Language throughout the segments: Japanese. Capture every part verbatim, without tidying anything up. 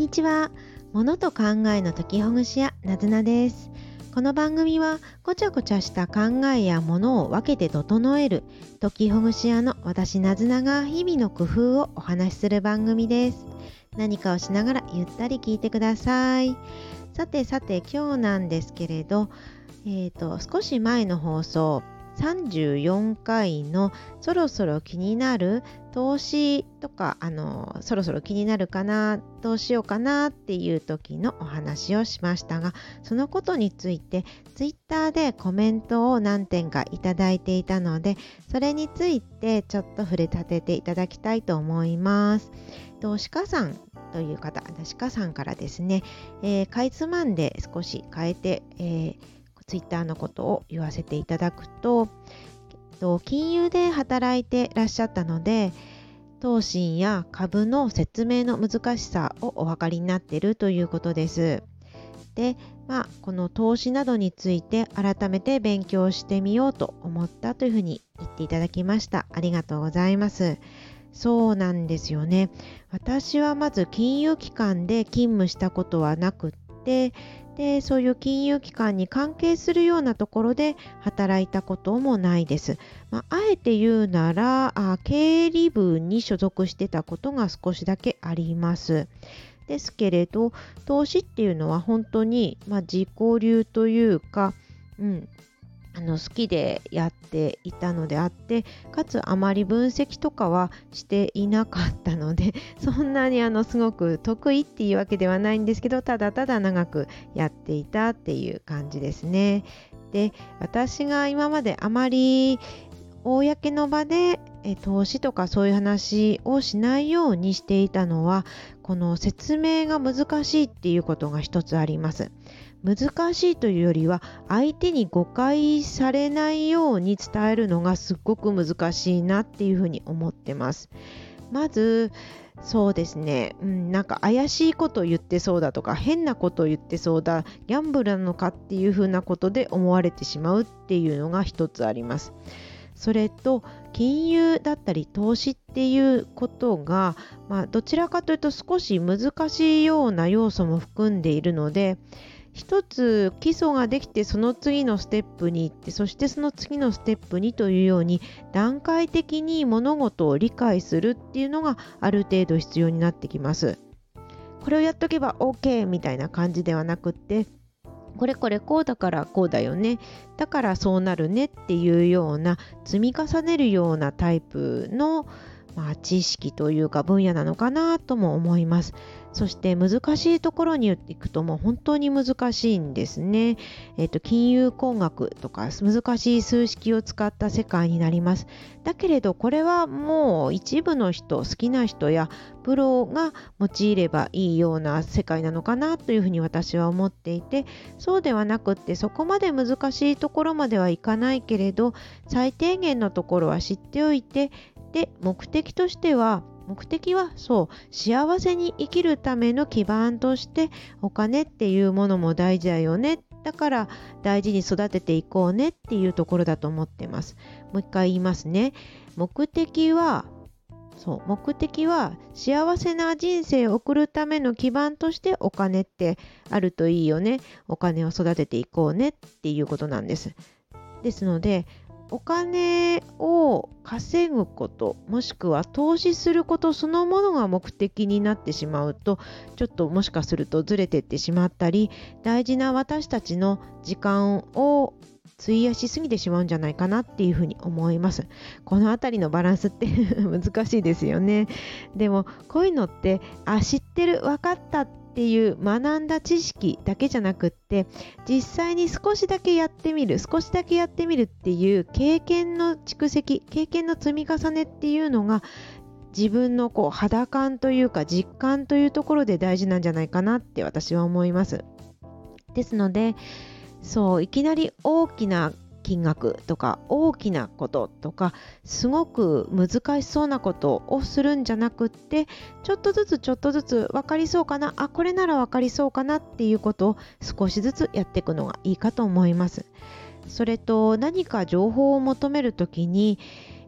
ちは。物と考えの解きほぐし屋なずなです。この番組はごちゃごちゃした考えやものを分けて整える解きほぐし屋の私なずなが日々の工夫をお話しする番組です。何かをしながらゆったり聞いてください。さてさて今日なんですけれど、えーと、少し前の放送さんじゅうよんかいのそろそろ気になる投資とかあのそろそろ気になるかなどうしようかなっていう時のお話をしましたが、そのことについてツイッターでコメントを何点かいただいていたので、それについてちょっと触れ立てていただきたいと思います。と鹿さんという方、鹿さんからですね、えー、かいつまんで少し変えて、えーツイッターのことを言わせていただくと、金融で働いてらっしゃったので、投信や株の説明の難しさをお分かりになっているということです。で、まあ、この投資などについて改めて勉強してみようと思ったというふうに言っていただきました。ありがとうございます。そうなんですよね。私はまず金融機関で勤務したことはなくって、でそういう金融機関に関係するようなところで働いたこともないです。まあ、あえて言うならあ経理部に所属してたことが少しだけあります。ですけれど投資っていうのは本当に、まあ、自己流というか、うん、あの好きでやっていたのであって、かつあまり分析とかはしていなかったので、そんなにあのすごく得意っていうわけではないんですけど、ただただ長くやっていたっていう感じですね。で、私が今まであまり公の場でえ投資とかそういう話をしないようにしていたのは、この説明が難しいっていうことが一つあります。難しいというよりは相手に誤解されないように伝えるのがすっごく難しいなっていうふうに思ってます。まずそうですね、うん、なんか怪しいことを言ってそうだとか変なことを言ってそうだ、ギャンブルなのかっていうふうなことで思われてしまうっていうのが一つあります。それと金融だったり投資っていうことが、まあ、どちらかというと少し難しいような要素も含んでいるので、一つ基礎ができてその次のステップに行って、そしてその次のステップにというように段階的に物事を理解するっていうのがある程度必要になってきます。これをやっとけば OK みたいな感じではなくって、これこれこうだからこうだよね、だからそうなるねっていうような積み重ねるようなタイプの、まあ、知識というか分野なのかなとも思います。そして難しいところに行くともう本当に難しいんですね。えっと、金融工学とか難しい数式を使った世界になります。だけれどこれはもう一部の人、好きな人やプロが用いればいいような世界なのかなというふうに私は思っていて、そうではなくってそこまで難しいところまではいかないけれど、最低限のところは知っておいて、で目的としては目的はそう幸せに生きるための基盤としてお金っていうものも大事だよね、だから大事に育てていこうねっていうところだと思ってます。もう一回言いますね。目的はそう目的は幸せな人生を送るための基盤としてお金ってあるといいよね、お金を育てていこうねっていうことなんです。ですのでお金を稼ぐこと、もしくは投資することそのものが目的になってしまうと、ちょっともしかするとずれていってしまったり、大事な私たちの時間を費やしすぎてしまうんじゃないかなっていうふうに思います。このあたりのバランスって難しいですよね。でもこういうのってあ知ってる分かったっていう学んだ知識だけじゃなくって、実際に少しだけやってみる少しだけやってみるっていう経験の蓄積、経験の積み重ねっていうのが自分のこう肌感というか実感というところで大事なんじゃないかなって私は思います。ですのでそういきなり大きな金額とか大きなこととかすごく難しそうなことをするんじゃなくって、ちょっとずつちょっとずつ分かりそうかな、あこれなら分かりそうかなっていうことを少しずつやっていくのがいいかと思います。それと何か情報を求めるときに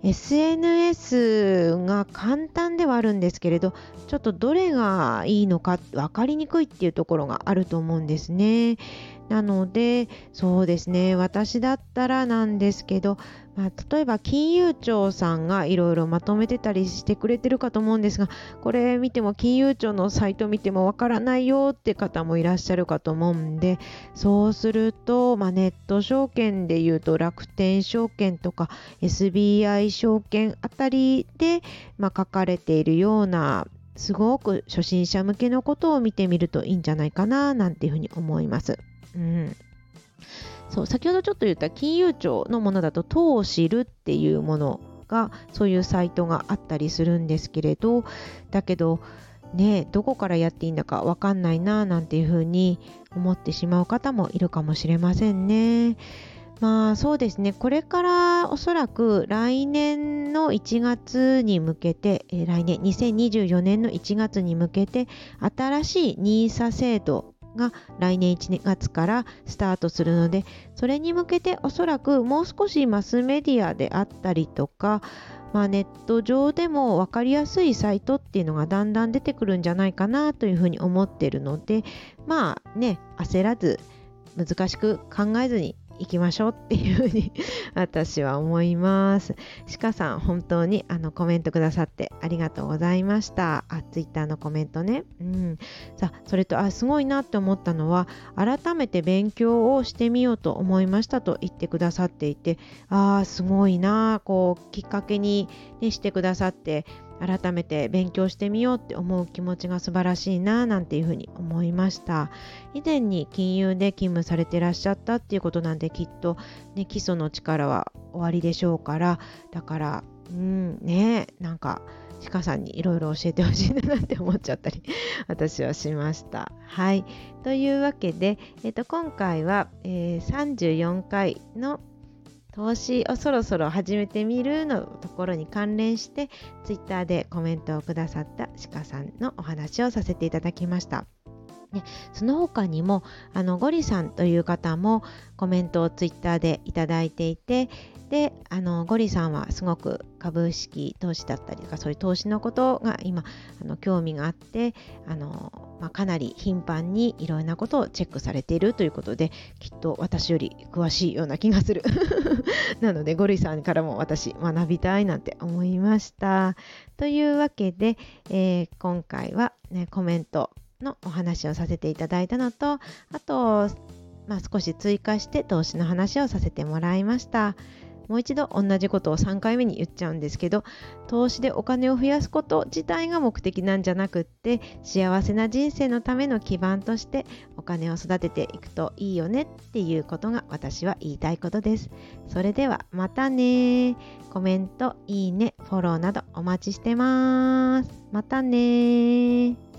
エスエヌエス が簡単ではあるんですけれど、ちょっとどれがいいのか分かりにくいっていうところがあると思うんですね。なので、そうですね、私だったらなんですけど、まあ、例えば金融庁さんがいろいろまとめてたりしてくれてるかと思うんですが、これ見ても金融庁のサイト見てもわからないよって方もいらっしゃるかと思うんで、そうすると、まあ、ネット証券でいうと楽天証券とか エスビーアイ 証券あたりで、まあ、書かれているようなすごく初心者向けのことを見てみるといいんじゃないかななんていうふうに思います。うん、そう先ほどちょっと言った金融庁のものだと投資るっていうものがそういうサイトがあったりするんですけれど、だけどね、どこからやっていいんだかわかんないななんていうふうに思ってしまう方もいるかもしれませんね。まあそうですね、これからおそらく来年のいちがつに向けて、えー来年にせんにじゅうよねんのいちがつに向けて新しい ニーサ 制度が来年いちがつからスタートするので、それに向けておそらくもう少しマスメディアであったりとか、まあ、ネット上でも分かりやすいサイトっていうのがだんだん出てくるんじゃないかなというふうに思っているので、まあね、焦らず難しく考えずに行きましょうっていうふうに私は思います。鹿さん、本当にあのコメントくださってありがとうございました。あ、ツイッターのコメントね。うん。さあ、それとあすごいなって思ったのは、改めて勉強をしてみようと思いましたと言ってくださっていて、あーすごいな、こうきっかけに、ね、してくださって。改めて勉強してみようって思う気持ちが素晴らしいななんていうふうに思いました。以前に金融で勤務されてらっしゃったっていうことなんで、きっと、ね、基礎の力はおありでしょうから、だからうんね、なんか鹿さんにいろいろ教えてほしいなって思っちゃったり私はしました。はい、というわけで、えっと、今回は、えーさんじゅうよんかいの投資をそろそろ始めてみるのところに関連してツイッターでコメントをくださった鹿さんのお話をさせていただきました。ね、その他にもあのゴリさんという方もコメントをツイッターでいただいていて、であのゴリさんはすごく株式投資だったりとかそういう投資のことが今あの興味があってあの、まあ、かなり頻繁にいろんなことをチェックされているということで、きっと私より詳しいような気がするなのでゴリさんからも私学びたいなんて思いました。というわけで、えー今回は、ね、コメントのお話をさせていただいたのと、あと、まあ、少し追加して投資の話をさせてもらいました。もう一度同じことをさんかいめに言っちゃうんですけど、投資でお金を増やすこと自体が目的なんじゃなくって、幸せな人生のための基盤としてお金を育てていくといいよねっていうことが私は言いたいことです。それではまたね。コメント、いいね、フォローなどお待ちしてます。またね。